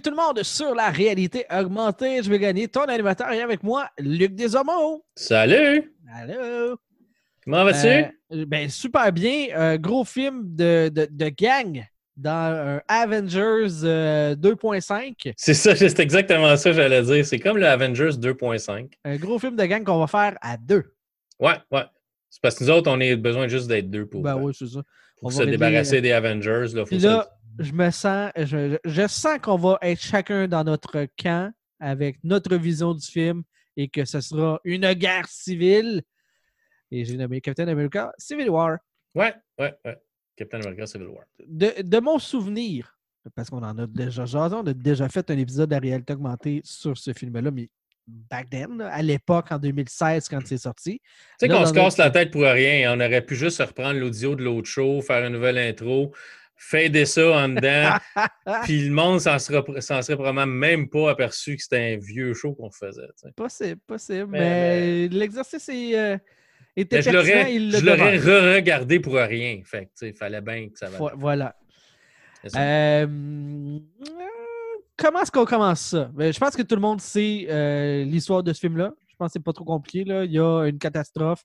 tout le monde sur la réalité augmentée. Je vais gagner ton animateur et avec moi, Luc Desormeaux. Salut! Allô! Comment vas-tu? Super bien. Gros film de gang dans Avengers 2.5. C'est ça, c'est exactement ça que j'allais dire. C'est comme le Avengers 2.5. Un gros film de gang qu'on va faire à deux. Ouais. C'est parce que nous autres, on a besoin juste d'être deux pour, Oui, c'est ça. pour se débarrasser des Avengers. Puis là, je sens qu'on va être chacun dans notre camp avec notre vision du film et que ce sera une guerre civile. Et j'ai nommé Captain America Civil War. Ouais. Captain America Civil War. De mon souvenir, parce qu'on en a déjà jasé, on a déjà fait un épisode de la réalité augmentée sur ce film-là, mais back then, à l'époque, en 2016, quand c'est sorti. Tu sais qu'on se casse la tête pour rien. On aurait pu juste reprendre l'audio de l'autre show, faire une nouvelle intro, fader ça en dedans, puis le monde s'en serait probablement même pas aperçu que c'était un vieux show qu'on faisait. T'sais. Possible. Mais l'exercice était je pertinent. l'aurais re-regardé pour rien. Fait que, il fallait bien que ça vaille. Voilà. Comment est-ce qu'on commence ça? Je pense que tout le monde sait l'histoire de ce film-là. Je pense que c'est pas trop compliqué. Là. Il y a une catastrophe.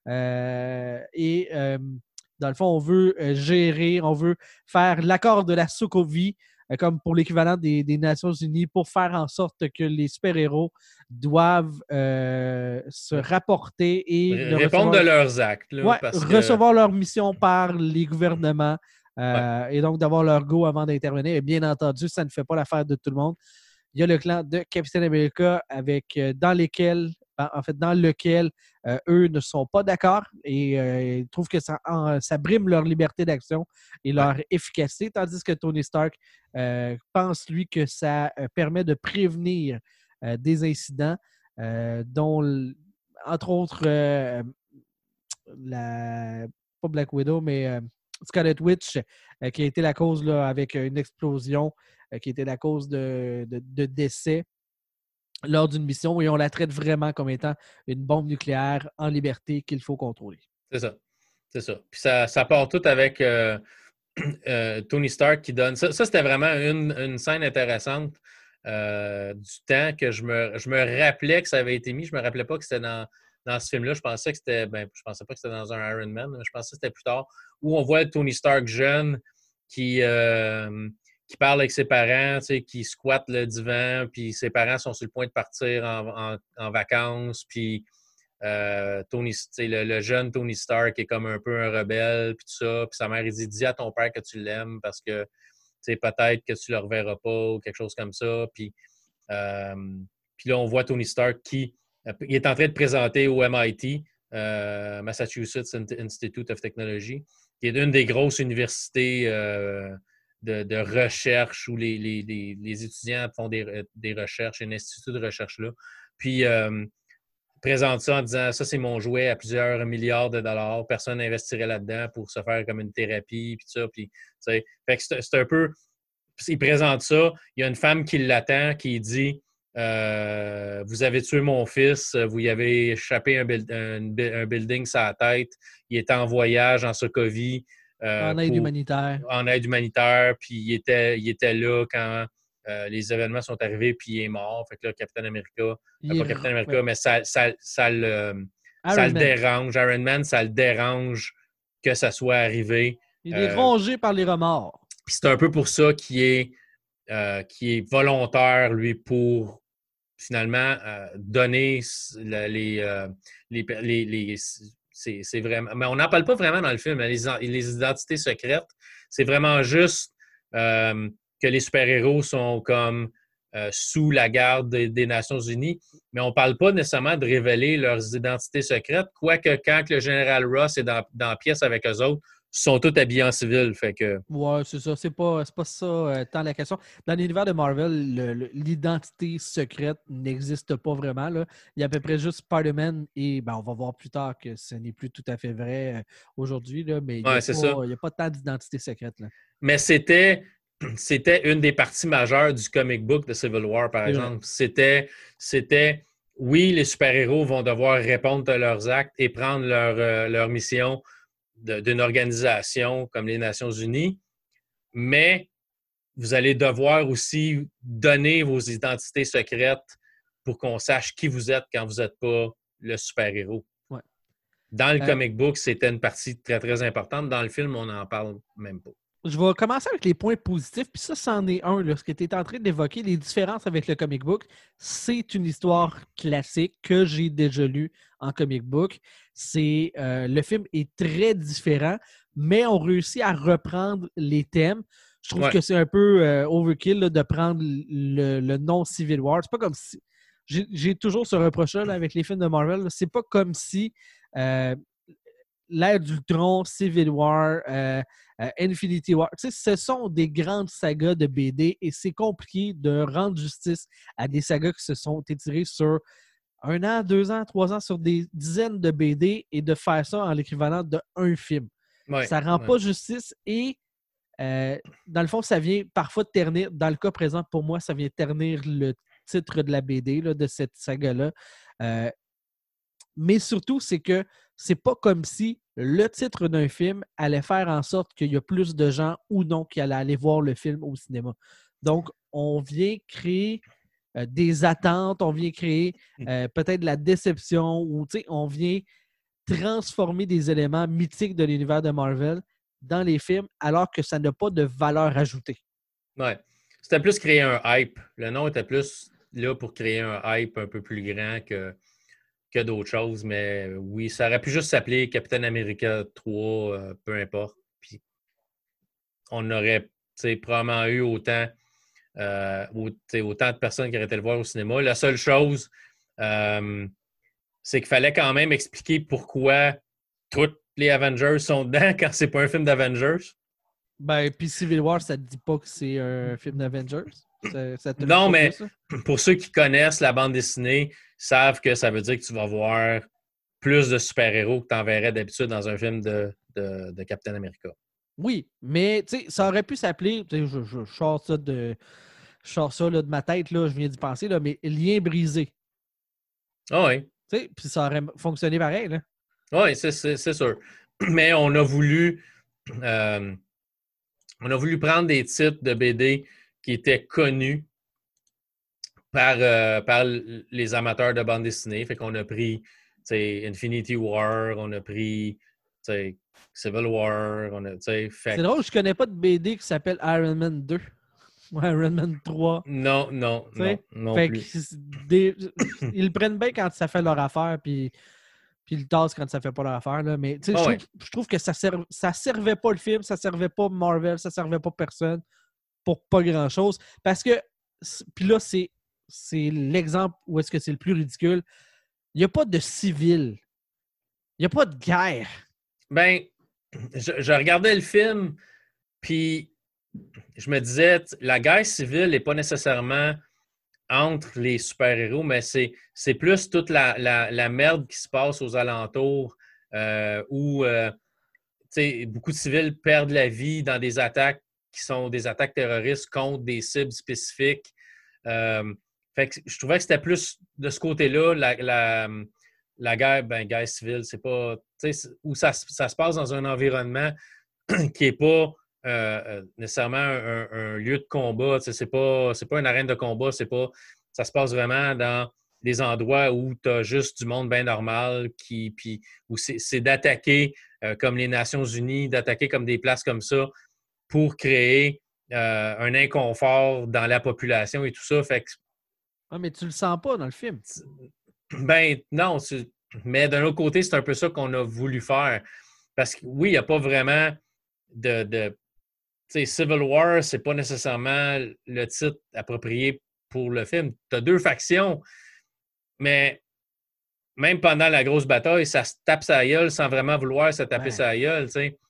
Dans le fond, on veut gérer, on veut faire l'accord de la Sokovie, comme pour l'équivalent des Nations Unies, pour faire en sorte que les super-héros doivent se rapporter et répondre de leurs actes. Là, recevoir leur mission par les gouvernements. Et donc d'avoir leur go avant d'intervenir. Et bien entendu, ça ne fait pas l'affaire de tout le monde. Il y a le clan de Captain America dans lequel eux ne sont pas d'accord et ils trouvent que ça brime leur liberté d'action et leur efficacité, tandis que Tony Stark pense, lui, que ça permet de prévenir des incidents dont, entre autres, pas Black Widow, mais Scarlet Witch, qui a été la cause, là, avec une explosion, qui était la cause de décès lors d'une mission, et on la traite vraiment comme étant une bombe nucléaire en liberté qu'il faut contrôler. C'est ça. Puis ça part tout avec Tony Stark qui donne... Ça c'était vraiment une scène intéressante du temps que je me rappelais que ça avait été mis. Je me rappelais pas que c'était dans ce film-là. Je pensais que c'était... je pensais pas que c'était dans un Iron Man, mais je pensais que c'était plus tard, où on voit Tony Stark jeune qui parle avec ses parents, qui squatte le divan, puis ses parents sont sur le point de partir en vacances, puis le jeune Tony Stark est comme un peu un rebelle, puis tout ça, puis sa mère, il dit « Dis à ton père que tu l'aimes, parce que peut-être que tu le reverras pas, ou quelque chose comme ça. » Puis là, on voit Tony Stark qui il est en train de présenter au MIT, Massachusetts Institute of Technology, qui est une des grosses universités de recherche où les étudiants font des recherches, un institut de recherche là. Puis, présente ça en disant « Ça, c'est mon jouet à plusieurs milliards de dollars. Personne n'investirait là-dedans pour se faire comme une thérapie. » Puis ça, puis, fait que c'est un peu... Il présente ça. Il y a une femme qui l'attend, qui dit vous avez tué mon fils, vous y avez échappé un building sur la tête. Il était en voyage en Sokovie. En aide humanitaire. En aide humanitaire, puis il était là quand les événements sont arrivés, puis il est mort. Fait que là, Captain America, mais ça le dérange. Iron Man, ça le dérange que ça soit arrivé. Il est rongé par les remords. Puis c'est un peu pour ça qu'il est volontaire, lui, pour finalement donner c'est vraiment... Mais on n'en parle pas vraiment dans le film. Les identités secrètes, c'est vraiment juste que les super-héros sont comme sous la garde des Nations Unies, mais on ne parle pas nécessairement de révéler leurs identités secrètes, quoique quand le général Ross est dans la pièce avec eux autres, ils sont tous habillés en civil. Fait que... Ouais, c'est ça. C'est pas ça tant la question. Dans l'univers de Marvel, l'identité secrète n'existe pas vraiment. Là. Il y a à peu près juste Spider-Man et on va voir plus tard que ce n'est plus tout à fait vrai aujourd'hui, là, mais il n'y a pas tant d'identité secrète. Là. Mais c'était une des parties majeures du comic book de Civil War, par exemple. C'était oui, les super-héros vont devoir répondre à leurs actes et prendre leur mission d'une organisation comme les Nations Unies, mais vous allez devoir aussi donner vos identités secrètes pour qu'on sache qui vous êtes quand vous n'êtes pas le super-héros. Ouais. Dans le comic book, c'était une partie très, très importante. Dans le film, on n'en parle même pas. Je vais commencer avec les points positifs, puis ça, c'en est un. Là, ce que tu es en train d'évoquer, les différences avec le comic book, c'est une histoire classique que j'ai déjà lue en comic book. Le film est très différent, mais on réussit à reprendre les thèmes. Je trouve que c'est un peu overkill là, de prendre le nom Civil War. C'est pas comme si... J'ai toujours ce reproche-là avec les films de Marvel. Là. C'est pas comme si l'ère d'Ultron, Civil War, Infinity War, ce sont des grandes sagas de BD et c'est compliqué de rendre justice à des sagas qui se sont étirées sur 1 an, 2 ans, 3 ans, sur des dizaines de BD et de faire ça en l'équivalent d'un film. Ça ne rend pas justice et dans le fond, ça vient parfois ternir, dans le cas présent, pour moi, ça vient ternir le titre de la BD, là, de cette saga-là. Mais surtout, c'est que c'est pas comme si le titre d'un film allait faire en sorte qu'il y a plus de gens ou non qui allaient aller voir le film au cinéma. Donc, on vient créer des attentes, on vient créer peut-être de la déception ou on vient transformer des éléments mythiques de l'univers de Marvel dans les films alors que ça n'a pas de valeur ajoutée. Ouais. C'était plus créer un hype. Le nom était plus là pour créer un hype un peu plus grand que d'autres choses. Mais oui, ça aurait pu juste s'appeler Captain America 3, peu importe. Puis on aurait probablement eu autant de personnes qui auraient été le voir au cinéma. La seule chose, c'est qu'il fallait quand même expliquer pourquoi tous les Avengers sont dedans quand c'est pas un film d'Avengers. Ben, puis Civil War, ça te dit pas que c'est un film d'Avengers? Non, mais pour ceux qui connaissent la bande dessinée, savent que ça veut dire que tu vas voir plus de super-héros que tu enverrais d'habitude dans un film de Captain America. Oui, mais ça aurait pu s'appeler, je sors ça là, de ma tête, là, je viens d'y penser, là, mais Lien brisé. Ah oui. Puis ça aurait fonctionné pareil. Là. Oui, c'est sûr. Mais on a voulu prendre des titres de BD qui étaient connus par les amateurs de bande dessinée. Fait qu'on a pris Infinity War, on a pris Civil War, C'est drôle, je connais pas de BD qui s'appelle Iron Man 2 ou Iron Man 3. Non fait plus. Ils le prennent bien quand ça fait leur affaire, puis ils le tassent quand ça fait pas leur affaire. Là. Mais je trouve que ça servait pas le film, ça servait pas Marvel, ça servait pas personne pour pas grand-chose. Parce que, puis là, c'est l'exemple où est-ce que c'est le plus ridicule. Il n'y a pas de civil. Il n'y a pas de guerre. Ben, je regardais le film, puis je me disais, la guerre civile n'est pas nécessairement entre les super-héros, mais c'est plus toute la merde qui se passe aux alentours où beaucoup de civils perdent la vie dans des attaques qui sont des attaques terroristes contre des cibles spécifiques. Fait que je trouvais que c'était plus de ce côté-là, la guerre, guerre civile, c'est pas... où ça se passe dans un environnement qui n'est pas nécessairement un lieu de combat. C'est pas une arène de combat, ça se passe vraiment dans des endroits où tu as juste du monde bien normal, où c'est d'attaquer comme les Nations Unies, d'attaquer comme des places comme ça pour créer un inconfort dans la population et tout ça. Fait que, mais tu le sens pas dans le film. Ben non, mais d'un autre côté, c'est un peu ça qu'on a voulu faire. Parce que oui, il n'y a pas vraiment de Civil War, c'est pas nécessairement le titre approprié pour le film. Tu as 2 factions, mais même pendant la grosse bataille, ça se tape sa gueule sans vraiment vouloir se taper sa gueule.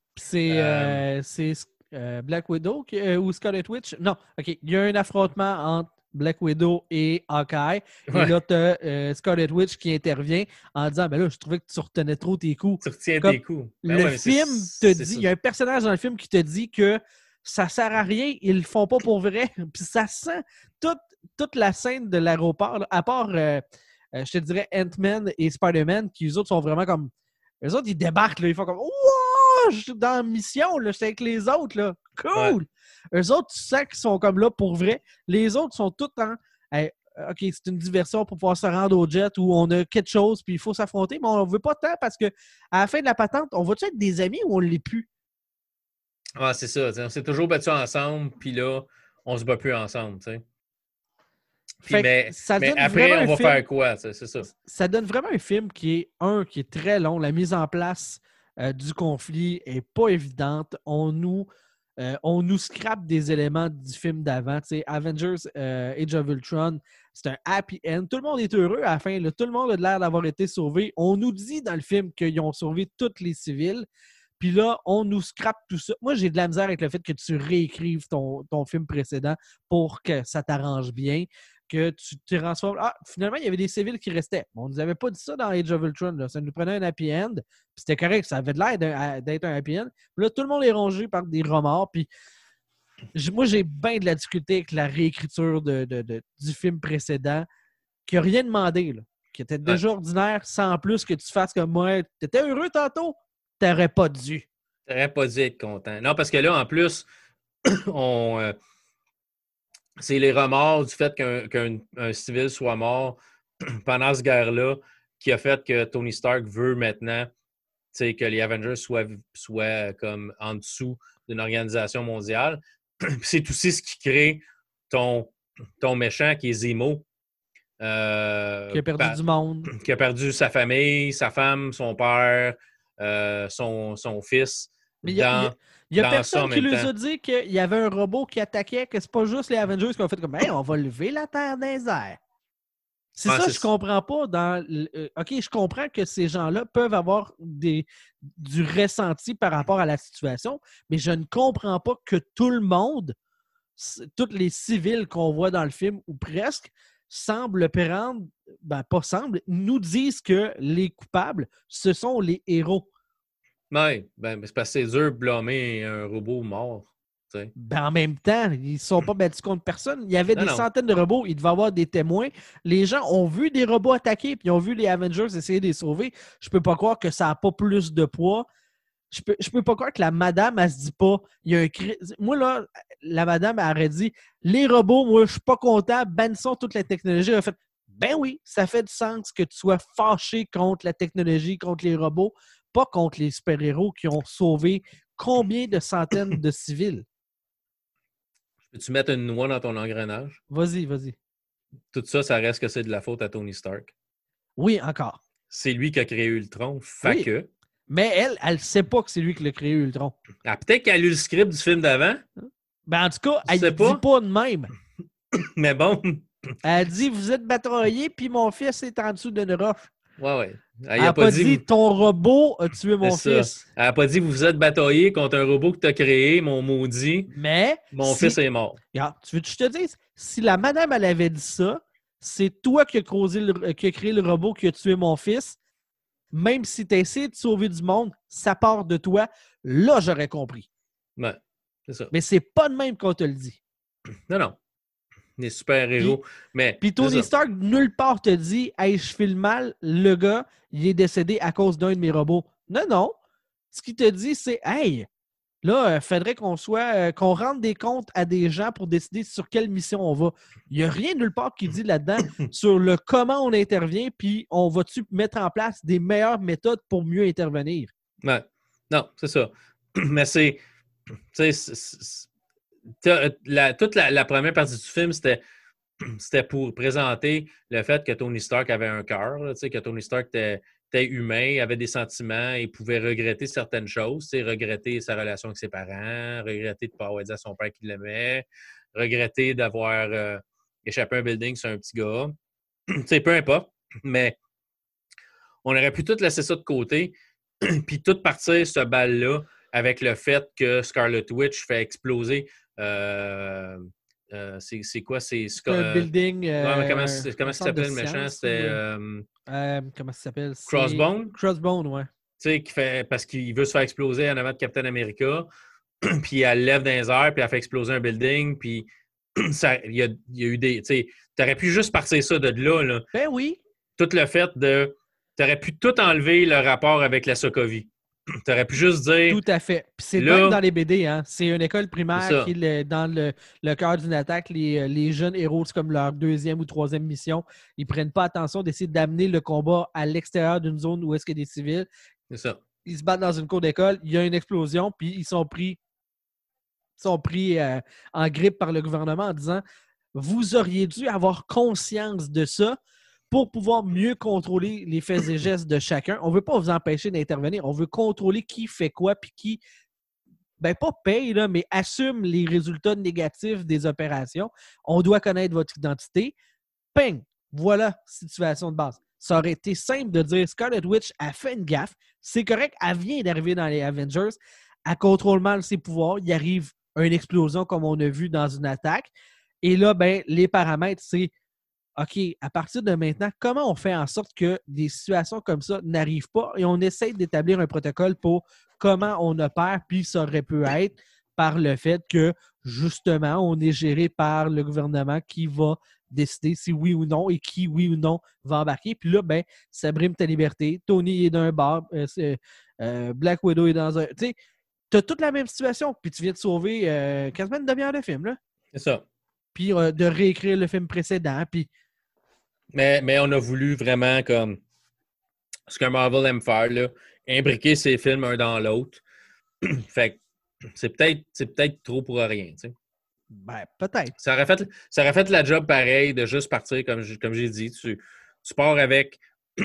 C'est Black Widow ou Scarlet Witch? Non, OK. Il y a un affrontement entre Black Widow et Hawkeye. Ouais. Et là, tu as Scarlet Witch qui intervient en disant ben là, je trouvais que tu retenais trop tes coups. Tu retiens tes coups. Le film te dit, il y a un personnage dans le film qui te dit que ça sert à rien, ils le font pas pour vrai. Puis ça sent toute la scène de l'aéroport, là, à part, je te dirais, Ant-Man et Spider-Man, qui eux autres sont vraiment comme. Eux autres, ils débarquent, là, ils font comme wow! dans la mission, là, j'étais avec les autres, là. Cool! Ouais. Eux autres, tu sens qu'ils sont comme là pour vrai. Les autres sont tous en... Hey, OK, c'est une diversion pour pouvoir se rendre au jet où on a quelque chose puis il faut s'affronter, mais on ne veut pas tant parce que à la fin de la patente, on va-tu être des amis ou on ne l'est plus? Ah, c'est ça. On s'est toujours battus ensemble, puis là, on se bat plus ensemble. T'sais. Puis, Fait que ça mais donne après, vraiment on un va film. faire quoi? C'est ça. Ça donne vraiment un film qui est très long. La mise en place du conflit est pas évidente. On nous scrape des éléments du film d'avant. Tu sais, Avengers Age of Ultron, c'est un happy end. Tout le monde est heureux à la fin. Là. Tout le monde a l'air d'avoir été sauvé. On nous dit dans le film qu'ils ont sauvé tous les civils. Puis là, on nous scrape tout ça. Moi, j'ai de la misère avec le fait que tu réécrives ton film précédent pour que ça t'arrange bien, que tu te transformes. Ah, finalement, il y avait des civils qui restaient. On ne nous avait pas dit ça dans Age of Ultron. Là. Ça nous prenait un happy end. Puis c'était correct. Ça avait de l'air d'être un happy end. Puis là, tout le monde est rongé par des remords. Puis moi, j'ai bien de la difficulté avec la réécriture du film précédent qui n'a rien demandé, là, qui était déjà ordinaire, sans plus que tu fasses comme moi. Tu étais heureux tantôt? T'aurais pas dû. T'aurais pas dû être content. Non, parce que là, en plus, c'est les remords du fait qu'un civil soit mort pendant cette guerre-là qui a fait que Tony Stark veut maintenant que les Avengers soient comme en dessous d'une organisation mondiale. C'est aussi ce qui crée ton méchant qui est Zemo. Qui a perdu du monde. Qui a perdu sa famille, sa femme, son père, son fils. Mais il y a personne qui nous a dit qu'il y avait un robot qui attaquait, que c'est pas juste les Avengers qui ont fait comme hey, on va lever la Terre dans les airs. C'est ça que je comprends pas. OK, je comprends que ces gens-là peuvent avoir du ressenti par rapport à la situation, mais je ne comprends pas que tout le monde, tous les civils qu'on voit dans le film, ou presque, semblent prendre, pas semblent, nous disent que les coupables, ce sont les héros. Oui, c'est parce que c'est dur de blâmer un robot mort. En même temps, ils ne sont pas battus contre personne. Il y avait des centaines de robots. Il devait y avoir des témoins. Les gens ont vu des robots attaquer puis ils ont vu les Avengers essayer de les sauver. Je peux pas croire que ça n'a pas plus de poids. Je peux pas croire que la madame, elle se dit pas. Il y a moi, là, la madame, elle aurait dit les robots, moi, je suis pas content. Bannissons toute la technologie. Elle a fait ben oui, ça fait du sens que tu sois fâché contre la technologie, contre les robots, pas contre les super-héros qui ont sauvé combien de centaines de civils. Peux-tu mettre une noix dans ton engrenage? Vas-y. Tout ça, ça reste que c'est de la faute à Tony Stark. Oui, encore. C'est lui qui a créé Ultron. Fait que... Mais elle ne sait pas que c'est lui qui l'a créé Ultron. Ah, peut-être qu'elle a lu le script du film d'avant. En tout cas, elle ne dit pas de même. Mais bon. Elle dit vous êtes bataillé, puis mon fils est en dessous d'une roche. Ouais. Elle n'a pas dit ton robot a tué mon fils. Elle n'a pas dit vous vous êtes bataillé contre un robot que tu as créé, mon maudit. Mais mon fils est mort. Regarde, tu veux que je te dise, si la madame elle avait dit ça, c'est toi qui as créé le robot qui a tué mon fils, même si tu as essayé de sauver du monde, ça part de toi. Là, j'aurais compris. Ouais, c'est ça. Mais c'est pas de même qu'on te le dit. Non. Les super-héros. Puis Tony Stark, nulle part te dit hey, je file mal, le gars, il est décédé à cause d'un de mes robots. Non. Ce qu'il te dit, c'est hey, là, il faudrait qu'on rende des comptes à des gens pour décider sur quelle mission on va. Il n'y a rien nulle part qui dit là-dedans sur le comment on intervient, puis on va-tu mettre en place des meilleures méthodes pour mieux intervenir. Ouais. Non, c'est ça. Mais c'est. Toute la première partie du film, c'était pour présenter le fait que Tony Stark avait un cœur, que Tony Stark était humain, avait des sentiments et pouvait regretter certaines choses, regretter sa relation avec ses parents, regretter de ne pas avoir dit à son père qu'il l'aimait, regretter d'avoir échappé un building sur un petit gars. Peu importe, mais on aurait pu tout laisser ça de côté puis tout partir ce bal-là avec le fait que Scarlet Witch fait exploser c'est quoi? C'est un building. comment s'appelle le méchant? C'était. Comment ça s'appelle? Crossbone? Crossbone, ouais. Tu sais, parce qu'il veut se faire exploser en avant de Captain America, puis elle lève dans les airs, puis elle fait exploser un building, puis il y a eu des. Tu sais, t'aurais pu juste partir ça de là. Ben oui. Tout le fait de. T'aurais pu tout enlever le rapport avec la Sokovie. Tu aurais pu juste dire, Tout à fait. Puis c'est le même là, dans les BD, hein. C'est une école c'est primaire qui ça. est dans le cœur d'une attaque. Les jeunes héros, c'est comme leur deuxième ou troisième mission. Ils prennent pas attention d'essayer d'amener le combat à l'extérieur d'une zone où est-ce qu'il y a des civils. C'est ça. Ils se battent dans une cour d'école, il y a une explosion, puis ils sont pris en grippe par le gouvernement en disant vous auriez dû avoir conscience de ça pour pouvoir mieux contrôler les faits et gestes de chacun. On ne veut pas vous empêcher d'intervenir. On veut contrôler qui fait quoi puis qui, ben pas paye, là, mais assume les résultats négatifs des opérations. On doit connaître votre identité. Ping! Voilà, situation de base. Ça aurait été simple de dire Scarlet Witch a fait une gaffe. C'est correct, elle vient d'arriver dans les Avengers. Elle contrôle mal ses pouvoirs. Il arrive une explosion comme on a vu dans une attaque. Et là, ben, les paramètres, c'est OK, à partir de maintenant, comment on fait en sorte que des situations comme ça n'arrivent pas et on essaie d'établir un protocole pour comment on opère, puis ça aurait pu être par le fait que, justement, on est géré par le gouvernement qui va décider si oui ou non et qui, oui ou non, va embarquer. Puis là, ben, ça brime ta liberté. Tony est d'un bar, Black Widow est dans un... Tu sais, tu as toute la même situation, puis tu viens de sauver quasiment une demi-heure de film, là. C'est ça. Puis de réécrire le film précédent, puis Mais on a voulu vraiment, comme ce qu'un Marvel aime faire, là, imbriquer ses films un dans l'autre. Fait que c'est peut-être trop pour rien. Tu sais. ben, peut-être. Ça aurait fait la job pareil de juste partir, comme j'ai dit. Tu pars avec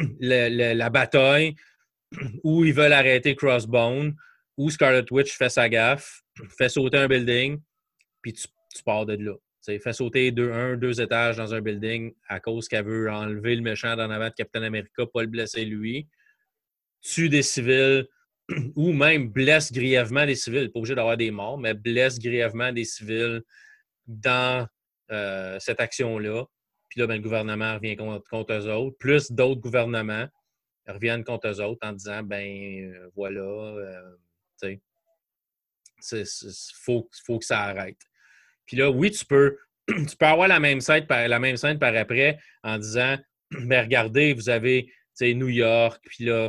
la bataille où ils veulent arrêter Crossbone, où Scarlet Witch fait sa gaffe, fait sauter un building, puis tu pars de là. T'sais, fait sauter deux étages dans un building à cause qu'elle veut enlever le méchant d'en avant de Captain America, pas le blesser lui. Tue des civils ou même blesse grièvement des civils. Pas obligé d'avoir des morts, mais blesse grièvement des civils dans cette action-là. Puis là, ben, le gouvernement revient contre eux autres, plus d'autres gouvernements reviennent contre eux autres en disant voilà, tu sais, faut que ça arrête. Puis là, oui, tu peux avoir la même scène par après en disant ben regardez, vous avez New York, puis là,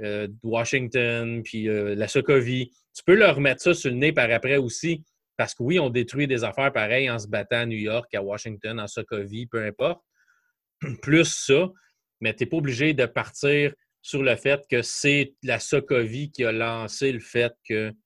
Washington, puis la Sokovie. Tu peux leur remettre ça sur le nez par après aussi, parce que oui, on détruit des affaires pareilles en se battant à New York, à Washington, en Sokovie, peu importe. Plus ça, mais tu n'es pas obligé de partir sur le fait que c'est la Sokovie qui a lancé le fait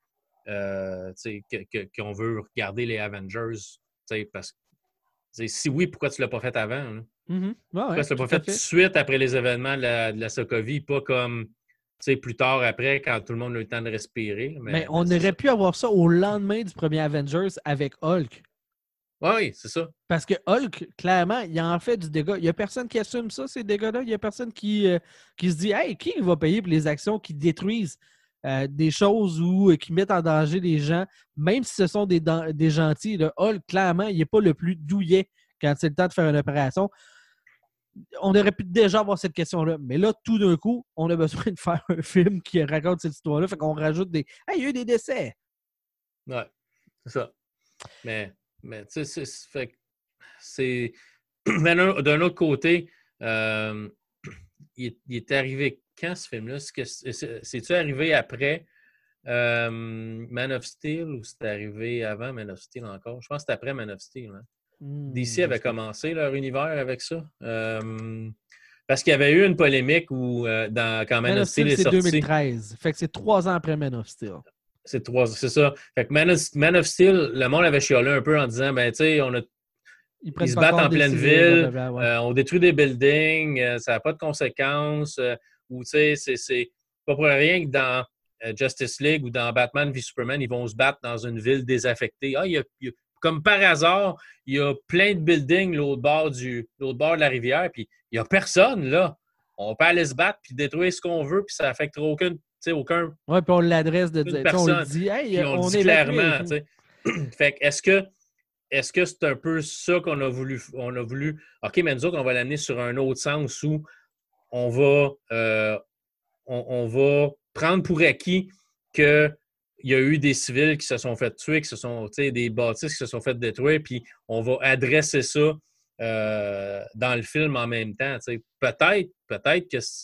qu'on veut regarder les Avengers. Parce que si oui, pourquoi tu ne l'as pas fait avant? Hein? Mm-hmm. Pourquoi tu ne l'as pas tout à fait tout de fait. suite après les événements de la Sokovie, pas comme plus tard après, quand tout le monde a eu le temps de respirer. Mais Mais on c'est aurait ça. pu avoir ça au lendemain du premier Avengers avec Hulk. Oui, c'est ça. Parce que Hulk, clairement, il en fait du dégât. Il n'y a personne qui assume ça, ces dégâts-là. Il n'y a personne qui se dit Hey, qui va payer pour les actions qui détruisent des choses ou qui mettent en danger les gens, même si ce sont des gentils. Là. Hulk, clairement, il n'est pas le plus douillet quand c'est le temps de faire une opération. On aurait pu déjà avoir cette question-là. Mais là, tout d'un coup, on a besoin de faire un film qui raconte cette histoire-là. Fait qu'on rajoute des Hey, il y a eu des décès. Ouais, c'est ça. Mais tu sais, c'est. Mais d'un autre côté, il est arrivé quand ce film-là? C'est-tu arrivé après Man of Steel ou c'est arrivé avant Man of Steel encore? Je pense que c'est après Man of Steel. Hein? DC Je avait sais pas. commencé leur univers avec ça. Parce qu'il y avait eu une polémique où, quand Man Man of of Steel Steel, est c'est sorti, 2013. Fait que c'est 3 ans après Man of Steel. c'est ça. Fait que Man of Steel, le monde avait chialé un peu en disant, ben, tu sais, Ils ils prennent se pas battent compte en des pleine civils, ville, blablabla, ouais. on détruit des buildings, ça n'a pas de conséquences, ou tu sais, c'est pas pour rien que dans Justice League ou dans Batman v Superman, ils vont se battre dans une ville désaffectée. Ah, comme par hasard, il y a plein de buildings l'autre bord de la rivière, puis il n'y a personne là. On peut aller se battre puis détruire ce qu'on veut, puis ça n'affectera aucun Ouais, puis on l'adresse de dire, on le personne. dit, hey, Puis on le on dit est évacué. clairement, tu sais. Fait que est-ce que c'est un peu ça qu'on a voulu? On a voulu. OK, mais nous autres, on va l'amener sur un autre sens où on va, on va prendre pour acquis qu'il y a eu des civils qui se sont fait tuer, des bâtisses qui se sont fait détruire, puis on va adresser ça dans le film en même temps. Peut-être que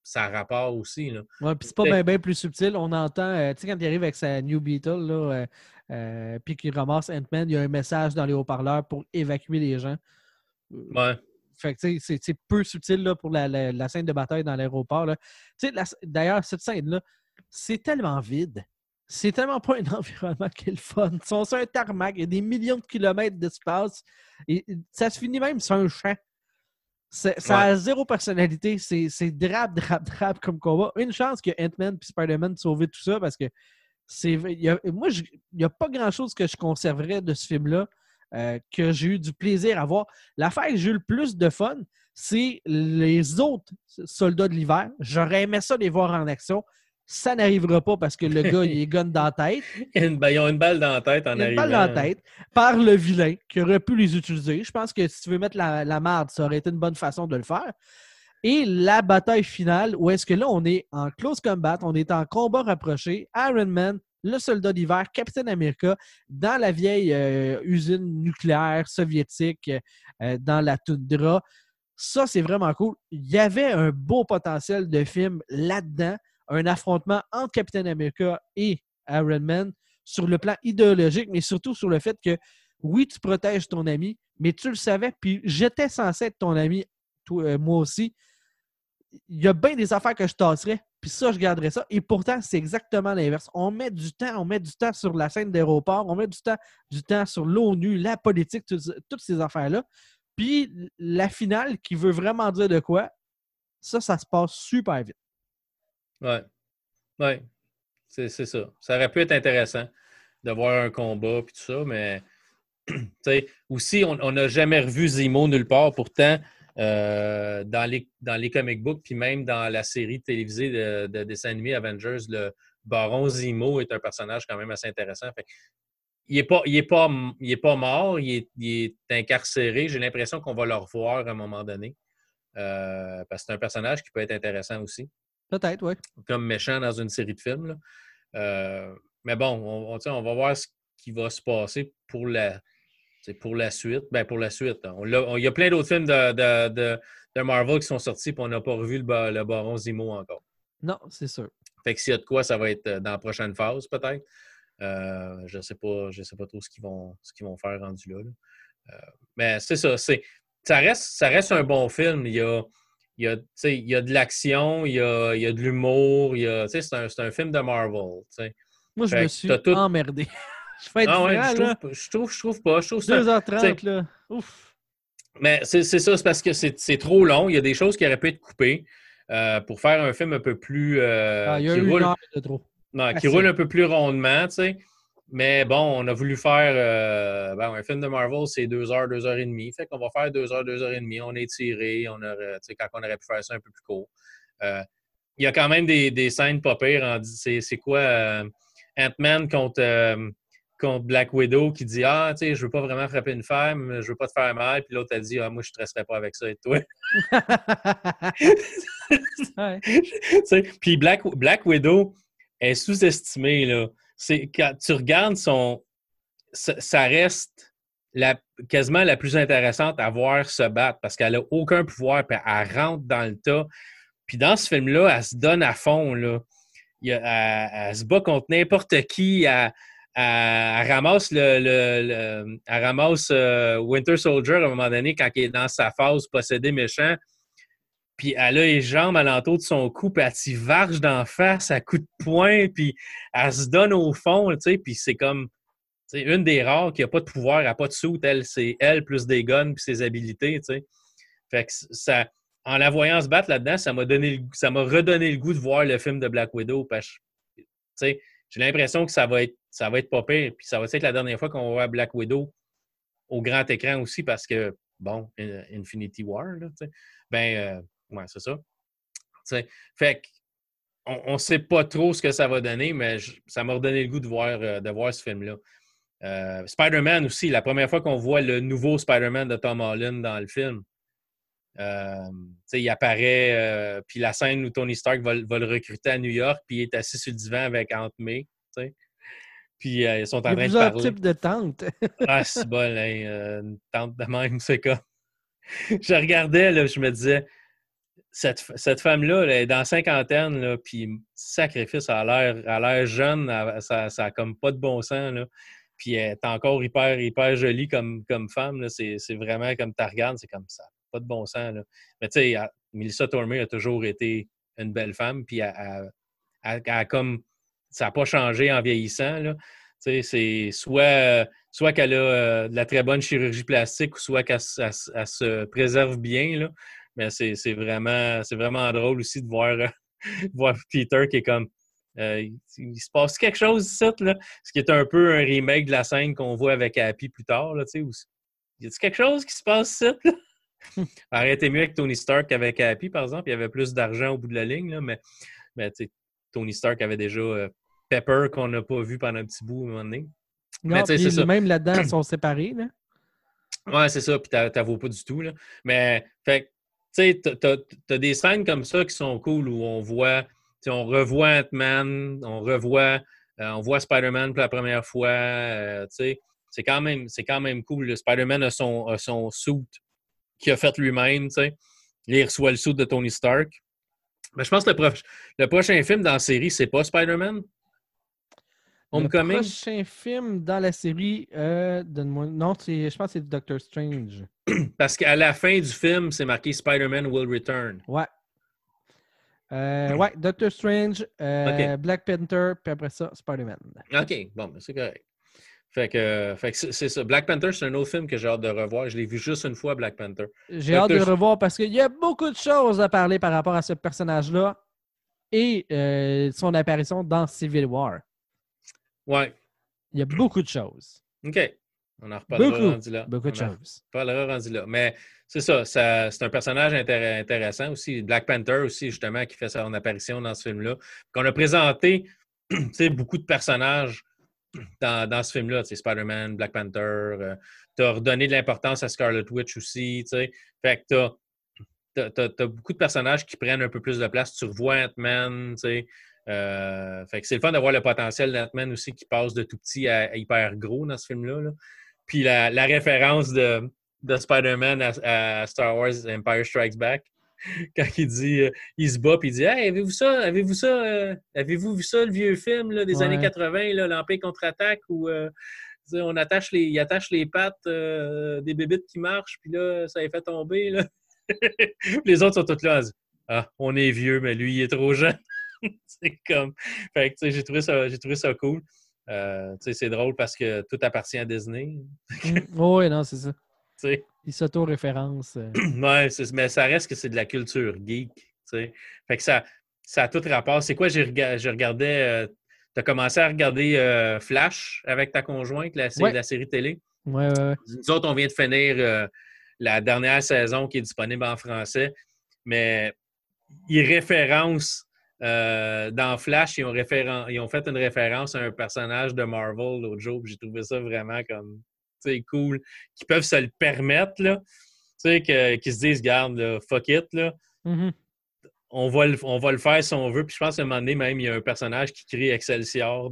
ça rapport aussi. Là. Ouais, puis c'est pas bien plus subtil. On entend, tu sais, quand il arrive avec sa New Beetle, là, puis qu'il ramasse Ant-Man, il y a un message dans les haut-parleurs pour évacuer les gens. Ouais. Fait que, tu sais, c'est peu subtil là, pour la scène de bataille dans l'aéroport. Là. Tu sais, d'ailleurs, cette scène-là, c'est tellement vide. C'est tellement pas un environnement qui est le fun. Ils sont sur un tarmac, il y a des millions de kilomètres d'espace. Et ça se finit même sur un champ. Ça a zéro personnalité. C'est drap comme combat. Une chance que Ant-Man et Spider-Man sauvé tout ça parce que moi, il n'y a pas grand-chose que je conserverais de ce film-là que j'ai eu du plaisir à voir. L'affaire que j'ai eu le plus de fun, c'est les autres soldats de l'hiver. J'aurais aimé ça les voir en action. Ça n'arrivera pas parce que le gars, il est gun dans la tête. Ils ont une balle dans la tête en arrivant. Une balle dans la tête par le vilain qui aurait pu les utiliser. Je pense que si tu veux mettre la marde, ça aurait été une bonne façon de le faire. Et la bataille finale, où est-ce que là, on est en close combat, on est en combat rapproché, Iron Man, le soldat d'hiver, Captain America, dans la vieille usine nucléaire soviétique, dans la toundra. Ça, c'est vraiment cool. Il y avait un beau potentiel de film là-dedans, un affrontement entre Captain America et Iron Man sur le plan idéologique, mais surtout sur le fait que, oui, tu protèges ton ami, mais tu le savais, puis j'étais censé être ton ami, moi aussi. Il y a bien des affaires que je tasserais, puis ça, je garderais ça. Et pourtant, c'est exactement l'inverse. On met du temps sur la scène d'aéroport, on met du temps sur l'ONU, la politique, toutes ces affaires-là. Puis la finale qui veut vraiment dire de quoi, ça se passe super vite. Ouais. C'est ça. Ça aurait pu être intéressant de voir un combat puis tout ça, mais aussi, on n'a jamais revu Zemo nulle part. Pourtant, dans les comic books, puis même dans la série télévisée de dessins animés Avengers, le Baron Zemo est un personnage quand même assez intéressant. Fait, il n'est pas mort, il est incarcéré. J'ai l'impression qu'on va le revoir à un moment donné. Parce que c'est un personnage qui peut être intéressant aussi. Peut-être, oui. Comme méchant dans une série de films. Là. Mais bon, on va voir ce qui va se passer pour la suite. Ben, pour la suite. Il y a plein d'autres films de Marvel qui sont sortis et on n'a pas revu le Baron Zemo encore. Non, c'est sûr. Fait que s'il y a de quoi, ça va être dans la prochaine phase, peut-être. Je ne sais pas trop ce qu'ils vont faire rendu là. Mais c'est ça. Ça reste un bon film. Il y a de l'action, il y a de l'humour. C'est un film de Marvel. T'sais. Moi, je me suis emmerdé. Je vais être je trouve pas. Je trouve 2h30, là. Ouf. Mais c'est ça, c'est parce que c'est trop long. Il y a des choses qui auraient pu être coupées pour faire un film un peu plus... il y a une heure de trop. Non, qui roule un peu plus rondement, tu sais. Mais bon, on a voulu faire un film de Marvel, c'est 2 heures, 2 heures et demie. Fait qu'on va faire 2 heures, 2 heures et demie. On est tiré, quand on aurait pu faire ça un peu plus court. Il y a quand même des scènes pas pires. C'est quoi Ant-Man contre Black Widow qui dit je veux pas vraiment frapper une femme, je veux pas te faire mal. Puis l'autre a dit moi, je ne stresserais pas avec ça et toi. Puis Black Widow est sous-estimée, là. Quand tu regardes ça reste quasiment la plus intéressante à voir se battre parce qu'elle n'a aucun pouvoir, puis elle rentre dans le tas. Puis dans ce film-là, elle se donne à fond, là. Elle se bat contre n'importe qui. Elle ramasse elle ramasse Winter Soldier à un moment donné quand il est dans sa phase possédé méchant. Puis elle a les jambes alentour de son cou, puis elle s'y varge d'en face à coups de poing, puis elle se donne au fond, tu sais, puis c'est comme une des rares qui n'a pas de pouvoir, elle n'a pas de soute, c'est elle plus des guns puis ses habilités, tu sais. Fait que ça, en la voyant se battre là-dedans, ça m'a redonné le goût de voir le film de Black Widow, parce que, tu sais, j'ai l'impression que ça va être pas pire, puis ça va être la dernière fois qu'on va voir Black Widow au grand écran aussi, parce que, bon, Infinity War, là, tu sais, ouais, c'est ça. T'sais, fait qu'on ne sait pas trop ce que ça va donner, mais ça m'a redonné le goût de voir ce film-là. Spider-Man aussi, la première fois qu'on voit le nouveau Spider-Man de Tom Holland dans le film, il apparaît, puis la scène où Tony Stark va le recruter à New York, puis il est assis sur le divan avec Aunt May, puis ils sont en train de parler. Il y a plusieurs types de tentes. C'est bon, une tente de même, c'est comme... Je regardais, là, je me disais... cette femme-là, elle est dans la cinquantaine, là, puis sacrifice, elle a l'air jeune, ça a comme pas de bon sens, là. Puis elle est encore hyper, hyper jolie comme femme, là. C'est vraiment comme tu regardes, c'est comme ça, pas de bon sens, là. Mais tu sais, Melissa Tormé a toujours été une belle femme, puis elle comme ça n'a pas changé en vieillissant, là. Tu sais, c'est soit qu'elle a de la très bonne chirurgie plastique, ou soit qu'elle se préserve bien, là. Mais c'est vraiment drôle aussi de voir, voir Peter qui est comme. Il se passe quelque chose ici, là. Ce qui est un peu un remake de la scène qu'on voit avec Happy plus tard, là, tu sais. Y a-t-il quelque chose qui se passe ici, là? Arrêtez mieux avec Tony Stark qu'avec Happy, par exemple. Il y avait plus d'argent au bout de la ligne, là, mais tu sais, Tony Stark avait déjà Pepper qu'on n'a pas vu pendant un petit bout à un moment donné. Non, puis même là-dedans, ils sont séparés, là. Ouais, c'est ça, puis t'en vaux pas du tout, là. Mais, fait tu sais, t'as des scènes comme ça qui sont cool où on revoit Ant-Man, on voit Spider-Man pour la première fois, tu sais. C'est quand même cool. Le Spider-Man a son suit qu'il a fait lui-même, tu sais. Il reçoit le suit de Tony Stark. Mais je pense que le prochain film dans la série, c'est pas Spider-Man? Homecoming? Le prochain film dans la série, donne-moi. Non, je pense que c'est Doctor Strange. Parce qu'à la fin du film, c'est marqué Spider-Man will return. Ouais. Ouais, Doctor Strange, OK. Black Panther, puis après ça, Spider-Man. OK, bon, ben, c'est correct. Fait que c'est ça. Black Panther, c'est un autre film que j'ai hâte de revoir. Je l'ai vu juste une fois, Black Panther. J'ai hâte de le revoir parce qu'il y a beaucoup de choses à parler par rapport à ce personnage-là et son apparition dans Civil War. Ouais. Il y a beaucoup de choses. OK. On en reparlera rendu là. Beaucoup de choses. On en reparlera rendu là. Mais c'est ça, c'est un personnage intéressant aussi. Black Panther aussi, justement, qui fait son apparition dans ce film-là. Qu'on a présenté beaucoup de personnages dans ce film-là. Spider-Man, Black Panther. Tu as redonné de l'importance à Scarlet Witch aussi. T'sais. Fait que t'as beaucoup de personnages qui prennent un peu plus de place. Tu revois Ant-Man, fait que c'est le fun d'avoir le potentiel d'Ant-Man aussi qui passe de tout petit à hyper gros dans ce film-là. Là. Puis la référence de Spider-Man à Star Wars Empire Strikes Back, quand il dit, il se bat puis il dit hey, avez-vous vu ça, le vieux film là, des années 80, là, l'Empire contre-attaque où il attache les pattes des bébites qui marchent, puis là, ça les fait tomber. Là. Les autres sont tous là. Ah, on est vieux, mais lui, il est trop jeune. C'est comme. Fait que, j'ai trouvé ça cool. C'est drôle parce que tout appartient à Disney. Oui, non, c'est ça. T'sais. Il s'auto-référence. Ouais, mais ça reste que c'est de la culture geek. T'sais. Fait que ça a tout rapport. C'est quoi, j'ai regardé. Tu as commencé à regarder Flash avec ta conjointe, la série télé. Ouais. Nous autres, on vient de finir la dernière saison qui est disponible en français. Mais ils référencent dans Flash, ils ont fait une référence à un personnage de Marvel l'autre jour. J'ai trouvé ça vraiment comme cool. Qu'ils peuvent se le permettre, là. Qu'ils se disent, garde, là, fuck it, là. Mm-hmm. On va le faire si on veut. Puis je pense qu'à un moment donné, même, il y a un personnage qui crie Excelsior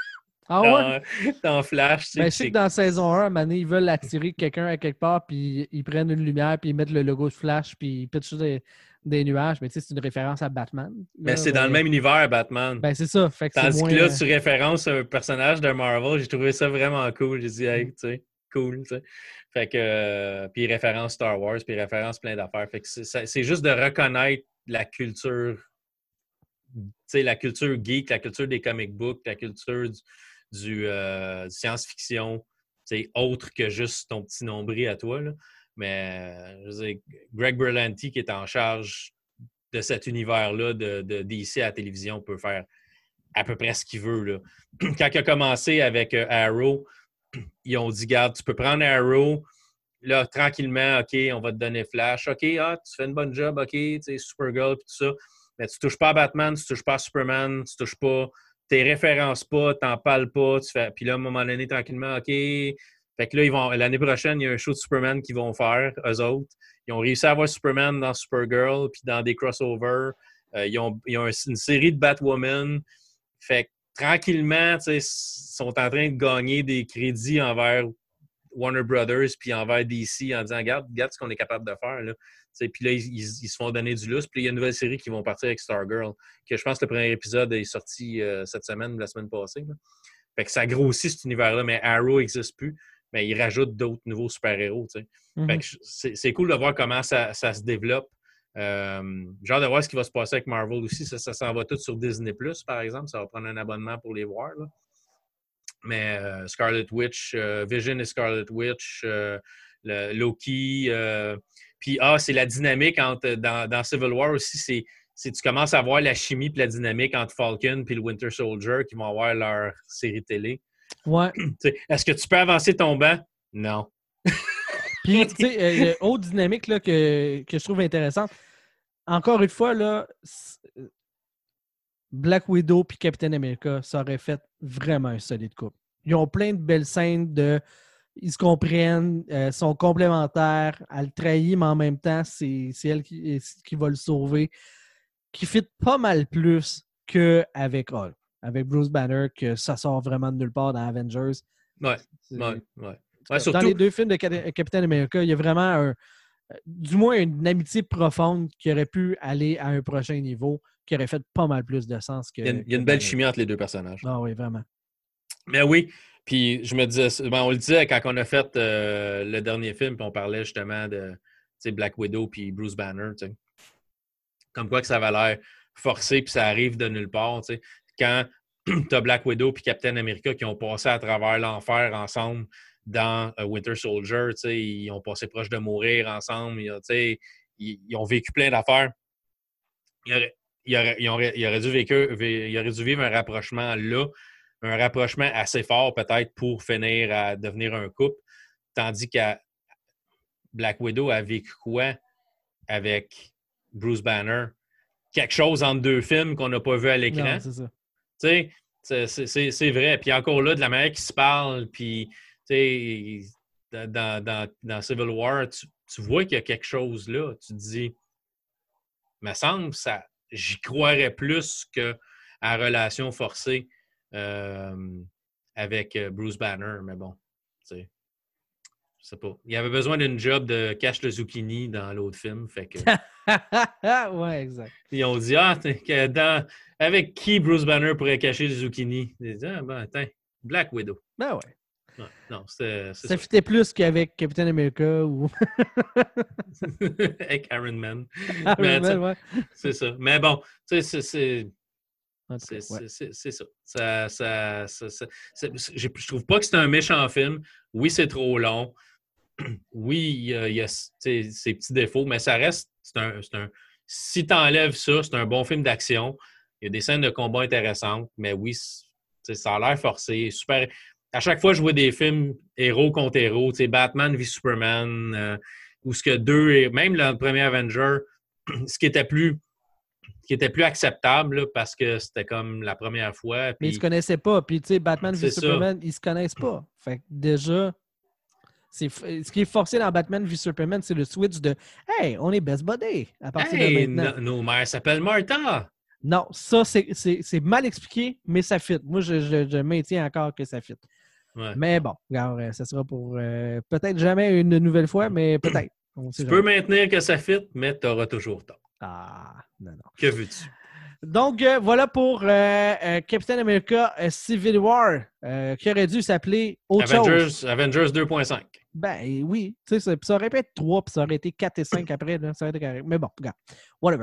dans Flash. Ben, je sais que dans saison 1, à un moment donné, ils veulent attirer quelqu'un à quelque part, puis ils prennent une lumière, puis ils mettent le logo de Flash, puis ils pitchent des nuages. Mais tu sais, c'est une référence à Batman. Là, mais c'est dans le même univers, Batman. Ben, c'est ça. Fait que tandis que là, tu références un personnage de Marvel. J'ai trouvé ça vraiment cool. J'ai dit, hey, tu sais, cool. T'sais. Fait que, puis il référence Star Wars, puis il référence plein d'affaires. Fait que c'est juste de reconnaître la culture, la culture geek, la culture des comic books, la culture du science-fiction, autre que juste ton petit nombril à toi. Là. Mais je veux dire, Greg Berlanti, qui est en charge de cet univers-là de DC à la télévision, peut faire à peu près ce qu'il veut. Là. Quand il a commencé avec Arrow, ils ont dit, garde, tu peux prendre Arrow, là, tranquillement, OK, on va te donner Flash. OK, tu fais une bonne job, OK, tu sais, Supergirl, tout ça. Mais tu touches pas à Batman, tu touches pas à Superman, tu touches pas, t'es références pas, t'en parles pas, tu fais. Puis là, à un moment donné, tranquillement, OK. Fait que là, l'année prochaine, il y a un show de Superman qu'ils vont faire, eux autres. Ils ont réussi à avoir Superman dans Supergirl, puis dans des crossovers. Ils ont une série de Batwoman. Fait que tranquillement, ils sont en train de gagner des crédits Warner Brothers puis envers DC en disant regarde ce qu'on est capable de faire. Là. Puis là, ils se font donner du lustre. Puis il y a une nouvelle série qui vont partir avec Stargirl, que je pense que le premier épisode est sorti cette semaine ou la semaine passée. Là. Fait que ça grossit cet univers-là, mais Arrow n'existe plus. Mais ils rajoutent d'autres nouveaux super-héros. Fait que c'est cool de voir comment ça se développe. Genre de voir ce qui va se passer avec Marvel aussi. Ça s'en va tout sur Disney+, par exemple. Ça va prendre un abonnement pour les voir. Là. Mais Scarlet Witch, Vision et Scarlet Witch, Loki. Puis, c'est la dynamique dans Civil War aussi. C'est tu commences à voir la chimie et la dynamique entre Falcon et le Winter Soldier qui vont avoir leur série télé. Ouais. Est-ce que tu peux avancer ton banc? Non. Puis, tu sais, autre dynamique là, que je trouve intéressante. Encore une fois, là, Black Widow et Captain America, ça aurait fait vraiment un solide couple. Ils ont plein de belles scènes ils se comprennent, sont complémentaires, elle le trahit, mais en même temps, c'est elle qui va le sauver, qui fit pas mal plus qu'avec Hulk. Avec Bruce Banner, que ça sort vraiment de nulle part dans Avengers. Ouais. Dans Surtout... les deux films de Captain America, il y a vraiment du moins une amitié profonde qui aurait pu aller à un prochain niveau, qui aurait fait pas mal plus de sens que... Il y a une belle chimie entre les deux personnages. Ah oui, vraiment. Mais oui, puis je me disais, on le disait quand on a fait le dernier film, puis on parlait justement de Black Widow puis Bruce Banner, t'sais. Comme quoi que ça avait l'air forcé, puis ça arrive de nulle part. T'sais. Quand tu as Black Widow puis Captain America qui ont passé à travers l'enfer ensemble dans Winter Soldier, ils ont passé proche de mourir ensemble, ils ont vécu plein d'affaires. Il aurait dû vivre un rapprochement là, un rapprochement assez fort peut-être pour finir à devenir un couple, tandis que Black Widow a vécu quoi avec Bruce Banner? Quelque chose entre deux films qu'on n'a pas vu à l'écran. Non, c'est ça. Tu sais, c'est vrai. Puis encore là, de la manière qu'ils se parlent, puis tu sais, dans Civil War, tu vois qu'il y a quelque chose là. Tu te dis, me semble, j'y croirais plus qu'à la relation forcée avec Bruce Banner. Mais bon, tu sais, je sais pas. Il avait besoin d'une job de cache le zucchini dans l'autre film. Fait que... ouais, exact. Ils ont dit, avec qui Bruce Banner pourrait cacher le zucchini? Ils ont dit, attends, Black Widow. Ben ouais. Non, c'est ça fitait plus qu'avavec Captain America ou... avec Iron Man. Iron Man, ouais. C'est ça. Mais bon, tu sais, c'est ça. Je trouve pas que c'est un méchant film. Oui, c'est trop long. Oui, il y a ses petits défauts, mais ça reste... Si tu enlèves ça, c'est un bon film d'action. Il y a des scènes de combat intéressantes, mais oui, ça a l'air forcé. Super. À chaque fois, je vois des films héros contre héros, Batman v Superman, ou ce que même le premier Avenger, ce qui était plus acceptable là, parce que c'était comme la première fois. Mais ils se connaissaient pas. Puis, tu sais, Batman v Superman, ils se connaissent pas. Fait que déjà, ce qui est forcé dans Batman v Superman, c'est le switch de « Hey, on est best buddy à partir de maintenant. » Nos mères s'appellent Martha. Non, ça, c'est mal expliqué, mais ça fit. Moi, je maintiens encore que ça fit. Ouais. Mais bon, regarde, ça sera pour peut-être jamais une nouvelle fois, mais peut-être. Tu peux maintenir que ça fit, mais tu auras toujours tort. Ah, non. Que veux-tu? Donc, voilà pour Captain America Civil War, qui aurait dû s'appeler autre chose. Avengers 2.5. Ben oui, tu sais, ça aurait pu être 3, puis ça aurait été 4 et 5 après, là, ça aurait été carré. Mais bon, regarde, whatever.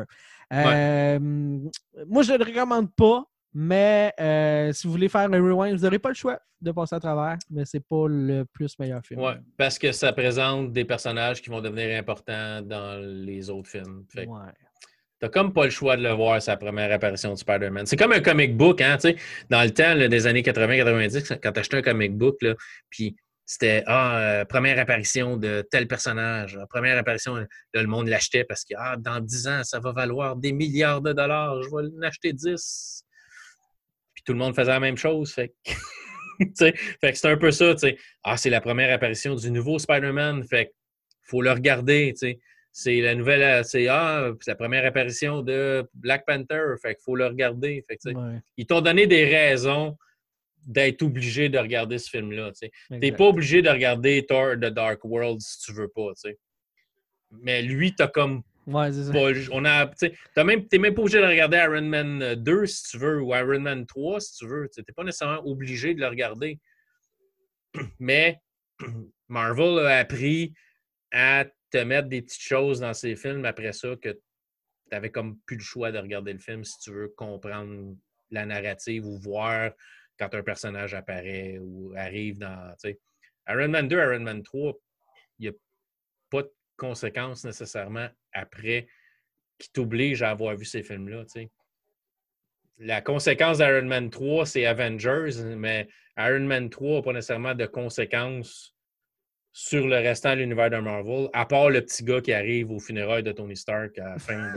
Moi, je ne le recommande pas, mais si vous voulez faire un rewind, vous n'aurez pas le choix de passer à travers, mais c'est pas le plus meilleur film. Oui, parce que ça présente des personnages qui vont devenir importants dans les autres films. Fait t'as comme pas le choix de le voir, sa première apparition de Spider-Man. C'est comme un comic book, hein, tu sais. Dans le temps là, des années 80-90, quand t'achetais un comic book, là, puis c'était première apparition de tel personnage, première apparition, là, le monde l'achetait parce que dans 10 ans, ça va valoir des milliards de dollars, je vais l'acheter 10. Puis tout le monde faisait la même chose, fait que... fait que c'est un peu ça, tu sais. C'est la première apparition du nouveau Spider-Man, fait qu'il faut le regarder, tu sais. C'est la nouvelle, c'est la première apparition de Black Panther, fait qu'il faut le regarder. Fait que, ils t'ont donné des raisons d'être obligé de regarder ce film-là. Tu n'es Exact. pas obligé de regarder Thor The Dark World si tu veux pas. T'sais. Mais lui, t'as comme Ouais, c'est ça. pas. T'es même pas obligé de regarder Iron Man 2 si tu veux, ou Iron Man 3 si tu veux. T'es pas nécessairement obligé de le regarder. Mais Marvel a appris à te mettre des petites choses dans ses films après ça que tu n'avais comme plus le choix de regarder le film si tu veux comprendre la narrative ou voir quand un personnage apparaît ou arrive dans. T'sais. Iron Man 2, Iron Man 3, il n'y a pas de conséquences nécessairement après qui t'oblige à avoir vu ces films-là. T'sais. La conséquence d'Iron Man 3, c'est Avengers, mais Iron Man 3 n'a pas nécessairement de conséquences sur le restant de l'univers de Marvel, à part le petit gars qui arrive aux funérailles de Tony Stark à la fin.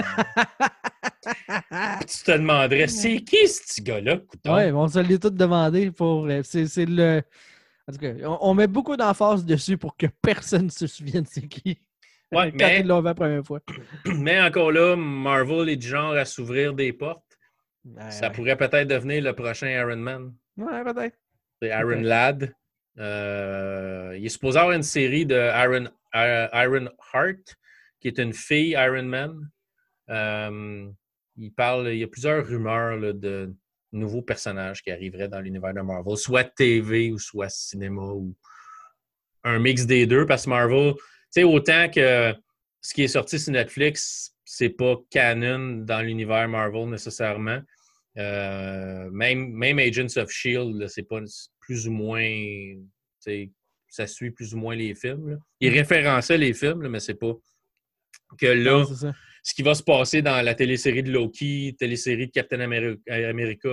Tu te demanderais, c'est qui ce petit gars-là, Ouais, couton? on se l'est tout demandé pour. C'est le. En tout cas, on met beaucoup d'emphase dessus pour que personne ne se souvienne c'est qui. Ouais, Quand ils l'ont vu la première fois. mais encore là, Marvel est du genre à s'ouvrir des portes. Ça Ouais. pourrait peut-être devenir le prochain Iron Man. Ouais, peut-être. C'est Iron Peut-être. Lad. Il est supposé avoir une série de Iron Heart, qui est une fille Iron Man. Il y a plusieurs rumeurs là, de nouveaux personnages qui arriveraient dans l'univers de Marvel, soit TV ou soit cinéma ou un mix des deux, parce que Marvel, tu sais, autant que ce qui est sorti sur Netflix, c'est pas canon dans l'univers Marvel nécessairement. Même Agents of S.H.I.E.L.D., c'est pas plus ou moins. Ça suit plus ou moins les films. Là. Il référençait les films, là, mais c'est pas que Non, là, c'est ça. ce qui va se passer dans la télésérie de Loki, télésérie de Captain America,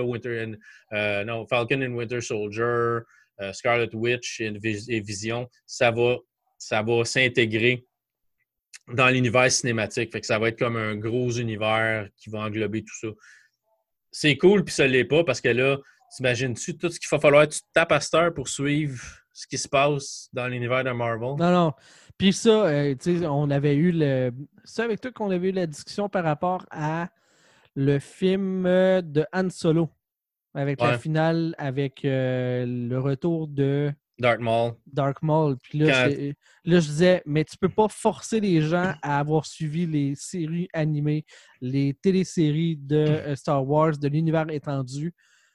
Falcon and Winter Soldier, Scarlet Witch et Vision, ça va s'intégrer dans l'univers cinématique. Fait que ça va être comme un gros univers qui va englober tout ça. C'est cool, puis ça l'est pas, parce que là, t'imagines-tu tout ce qu'il va falloir que tu te tapes à cette heure pour suivre ce qui se passe dans l'univers de Marvel? Non, non. Puis ça, tu sais, on avait eu le. C'est avec toi qu'on avait eu la discussion par rapport à le film de Han Solo. Avec la Ouais, finale, avec le retour de Darth Maul. Dark Maul. Puis là, Quand... là, je disais, mais tu peux pas forcer les gens à avoir suivi les séries animées, les téléséries de Star Wars, de l'univers étendu,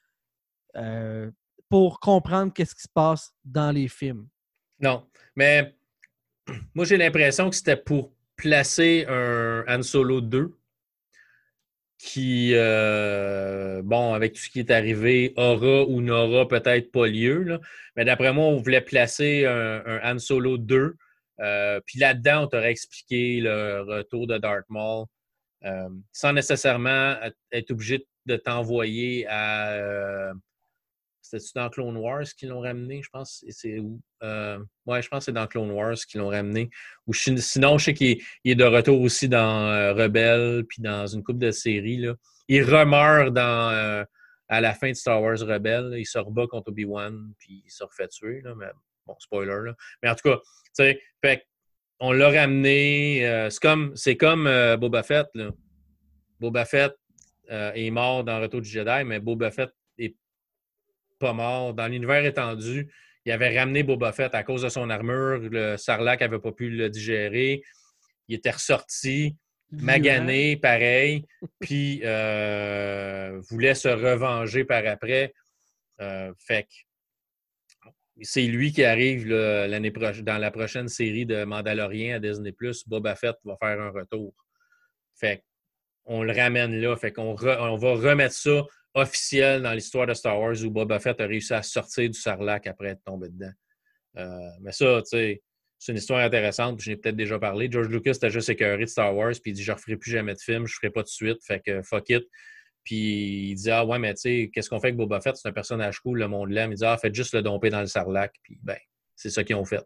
euh, pour comprendre qu'est-ce qui se passe dans les films. Non, mais moi, j'ai l'impression que c'était pour placer un Han Solo 2 qui, bon, avec tout ce qui est arrivé, aura ou n'aura peut-être pas lieu. Là. Mais d'après moi, on voulait placer un Han Solo 2. Puis là-dedans, on t'aurait expliqué le retour de Darth Maul sans nécessairement être obligé de t'envoyer à... C'était-tu dans Clone Wars qu'ils l'ont ramené, je pense? C'est où? Ouais, je pense que c'est dans Clone Wars qu'ils l'ont ramené. Ou sinon, je sais qu'il est de retour aussi dans Rebelle, puis dans une couple de séries. Là. Il remeurt à la fin de Star Wars Rebelle. Il se rebat contre Obi-Wan, puis il se refait tuer. Là, mais bon, spoiler. Là. Mais en tout cas, tu sais, on l'a ramené. C'est comme Boba Fett. Là. Boba Fett est mort dans Retour du Jedi, mais Boba Fett est pas mort. Dans l'univers étendu, il avait ramené Boba Fett à cause de son armure. Le Sarlacc n'avait pas pu le digérer. Il était ressorti, Vivant. magané, pareil, puis voulait se revenger par après. Fait que c'est lui qui arrive là, dans la prochaine série de Mandalorian à Disney+. Boba Fett va faire un retour. Fait on le ramène là. Fait qu'on on va remettre ça officiel dans l'histoire de Star Wars où Boba Fett a réussi à sortir du Sarlacc après être tombé dedans. Mais ça, tu sais, c'est une histoire intéressante. Puis je n'ai peut-être déjà parlé. George Lucas était juste écœuré de Star Wars. Puis il dit, je ne referai plus jamais de film. Je ne ferai pas de suite. Fait que fuck it. Puis il dit, ah ouais, mais tu sais, qu'est-ce qu'on fait avec Boba Fett? C'est un personnage cool, le monde l'aime. Il dit, ah, faites juste le domper dans le Sarlacc. Puis ben, c'est ça qu'ils ont fait.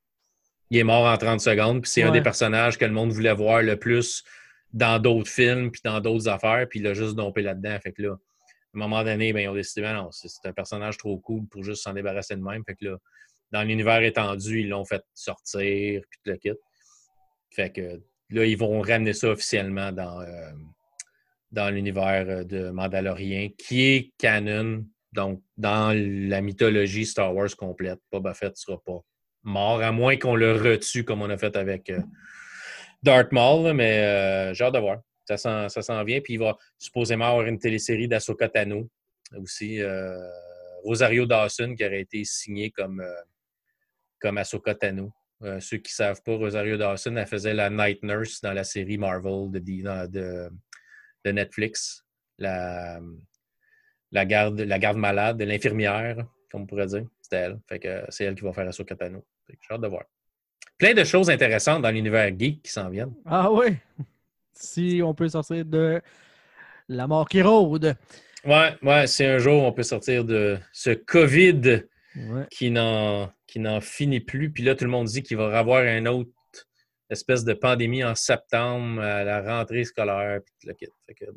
Il est mort en 30 secondes. Puis c'est un des Ouais. personnages que le monde voulait voir le plus dans d'autres films, puis dans d'autres affaires. Puis il a juste dompé là-dedans. Fait que là, à un moment donné, ben, ils ont décidé, ben non, c'est un personnage trop cool pour juste s'en débarrasser de même. Fait que là, dans l'univers étendu, ils l'ont fait sortir, puis tout le kit. Fait que là, ils vont ramener ça officiellement dans l'univers de Mandalorian, qui est canon Donc, dans la mythologie Star Wars complète, Boba Fett ne sera pas mort, à moins qu'on le retue comme on a fait avec Darth Maul, mais j'ai hâte de voir. Ça s'en vient. Puis il va supposément avoir une télésérie d'Ahsoka Tano aussi. Rosario Dawson qui aurait été signé comme Ahsoka Tano. Ceux qui ne savent pas, Rosario Dawson, elle faisait la Night Nurse dans la série Marvel de Netflix. La garde malade, l'infirmière, comme on pourrait dire. C'était elle. Fait que c'est elle qui va faire Ahsoka Tano. J'ai hâte de voir. Plein de choses intéressantes dans l'univers geek qui s'en viennent. Ah oui! Si on peut sortir de la mort qui rôde. Ouais, si un jour on peut sortir de ce COVID Ouais. qui n'en finit plus, puis là, tout le monde dit qu'il va y avoir une autre espèce de pandémie en septembre à la rentrée scolaire, puis tout le kit. Fait que,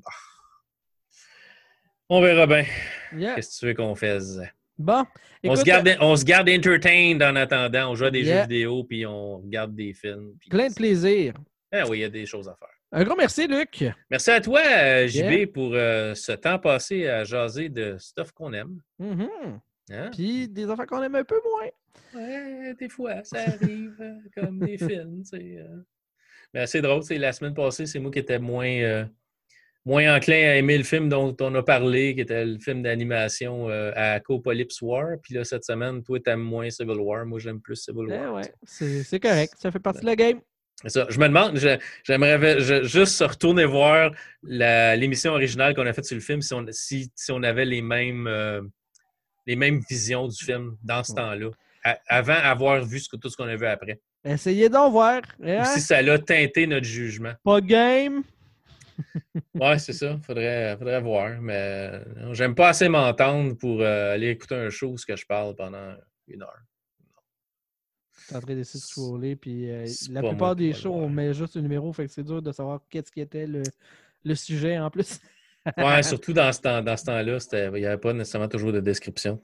on verra bien. Yeah. Qu'est-ce que tu veux qu'on fasse? Bon, écoute, on se garde entertained en attendant. On joue à des jeux Yeah. vidéo, puis on regarde des films. Puis plein de plaisir. Ah oui, il y a des choses à faire. Un gros merci, Luc. Merci à toi, JB, Yeah. pour ce temps passé à jaser de stuff qu'on aime. Mhm. Hein? Puis des affaires qu'on aime un peu moins. Ouais, des fois, ça arrive comme des films. Mais c'est drôle, la semaine passée, c'est moi qui étais moins enclin à aimer le film dont on a parlé, qui était le film d'animation à Apocalypse War. Puis là, cette semaine, toi, t'aimes moins Civil War. Moi, j'aime plus Civil War. Ouais, c'est correct. Ça fait partie de la game. C'est ça. Je me demande, j'aimerais juste retourner voir l'émission originale qu'on a faite sur le film si on avait les mêmes visions du film dans ce temps-là, avant avoir vu tout ce qu'on a vu après. Essayez d'en voir. Hein? Ou si ça l'a teinté notre jugement. Pas game. Ouais, c'est ça. Faudrait voir. Mais j'aime pas assez m'entendre pour aller écouter un show où je parle pendant 1 heure. T'es en train d'essayer de scroller, puis la pas plupart moi qui des va le shows, voir. on met juste un numéro, fait que c'est dur de savoir qu'est-ce qui était le sujet en plus. Ouais, surtout dans ce temps-là, il n'y avait pas nécessairement toujours de description.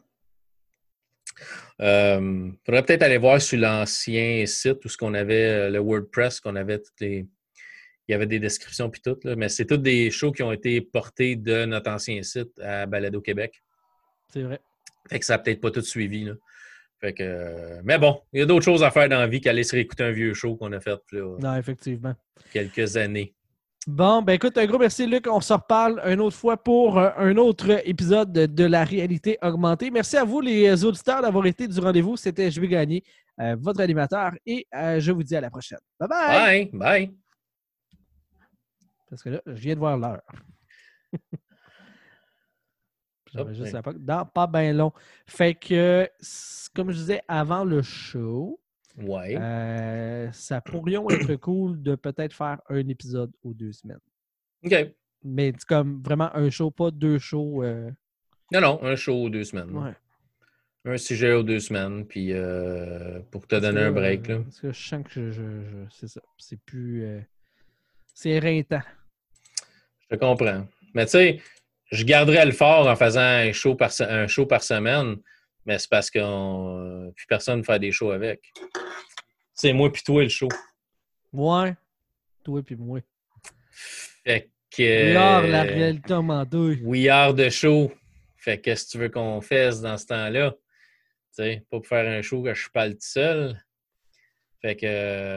Faudrait peut-être aller voir sur l'ancien site où ce qu'on avait, le WordPress, qu'on avait il y avait des descriptions puis tout, là, mais c'est tous des shows qui ont été portés de notre ancien site à Balado Québec. C'est vrai. Fait que ça n'a peut-être pas tout suivi, là. Fait que, mais bon, il y a d'autres choses à faire dans la vie qu'aller se réécouter un vieux show qu'on a fait là, Non, effectivement. quelques années. Bon, ben écoute, un gros merci, Luc. On se reparle une autre fois pour un autre épisode de la réalité augmentée. Merci à vous, les auditeurs, d'avoir été du rendez-vous. C'était JB Gagné, votre animateur, et je vous dis à la prochaine. Bye-bye! Bye! Parce que là, je viens de voir l'heure. J'enregistre la POC. Dans pas bien long. Fait que, comme je disais avant le show, ouais. ça pourrait être cool de peut-être faire un épisode aux 2 semaines. OK. Mais c'est comme vraiment un show, pas 2 shows. Non, un show aux 2 semaines. Ouais. Un sujet aux 2 semaines, puis pour te donner un break. Là. Parce que je sens que c'est ça. C'est plus. C'est éreintant. Je te comprends. Mais tu sais, je garderais le fort en faisant un show par semaine, mais c'est parce que plus personne ne fait des shows avec. C'est moi puis toi le show. Ouais. Toi puis moi. Fait que. We are la réalité augmentée. We are the show. Fait que qu'est-ce que tu veux qu'on fasse dans ce temps-là? Tu sais, pas pour faire un show que je parle tout seul. Fait que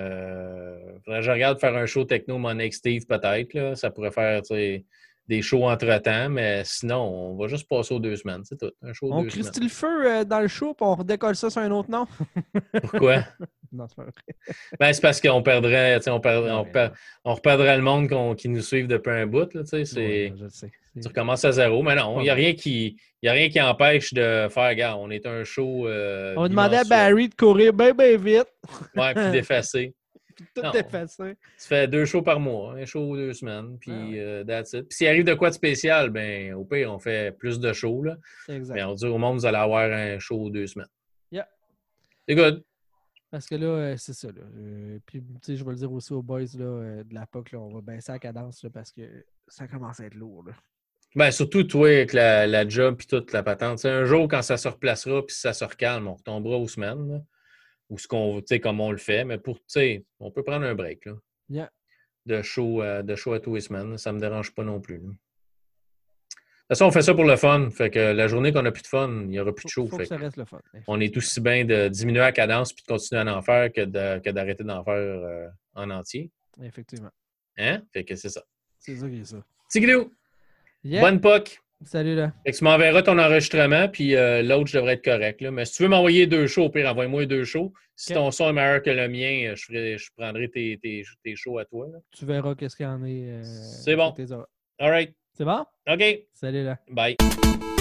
je regarde faire un show techno Money Steve peut-être. Là. Ça pourrait faire des shows entre-temps, mais sinon, on va juste passer aux 2 semaines. C'est tout. Un show On 2 semaines. crie le feu dans le show puis on redécolle ça sur un autre nom? Pourquoi? Non, c'est pas vrai. Ben, c'est parce qu'on perdrait, on reperdrait le monde qui nous suive depuis un bout. Là, ouais, je sais. Tu recommences à zéro. Mais non, il n'y a rien qui empêche de faire, regarde, on est un show. On demandait à Barry de courir bien vite. Ouais, puis d'effacer. Tout effacé. Tu fais 2 shows par mois, un show aux 2 semaines, puis that's it. Puis s'il arrive de quoi de spécial, ben au pire, on fait plus de shows. Là. Exact. Mais on dit au monde, vous allez avoir un show aux 2 semaines. Yeah. C'est good. Parce que là, c'est ça. Là. Puis, tu sais, je vais le dire aussi aux boys là, de la POC, là, on va baisser la cadence là, parce que ça commence à être lourd. Là. Ben, surtout toi avec la job puis toute la patente. T'sais, un jour, quand ça se replacera puis ça se recalme, on retombera aux semaines. Là, ou ce qu'on, comme on le fait. Mais on peut prendre un break. Là, yeah. de show à tous les semaines. Ça ne me dérange pas non plus. Là. façon, on fait ça pour le fun. Fait que la journée qu'on n'a plus de fun, il n'y aura plus de show. Faut Fait que ça que reste le fun. on est aussi bien de diminuer la cadence puis de continuer à en faire que d'arrêter d'en faire en entier. Effectivement. Hein? Fait que c'est ça. C'est ça qui est ça. Tiglou, Yeah. bonne POC. Salut là. Fait que tu m'enverras ton enregistrement, puis l'autre, je devrais être correct. Là. Mais si tu veux m'envoyer 2 shows, au pire, envoie-moi 2 shows. Si Okay. ton son est meilleur que le mien, je prendrai tes shows à toi. Là. Tu verras qu'est-ce qu'il y en est. C'est bon. All right. C'est bon? OK. Salut là. Bye.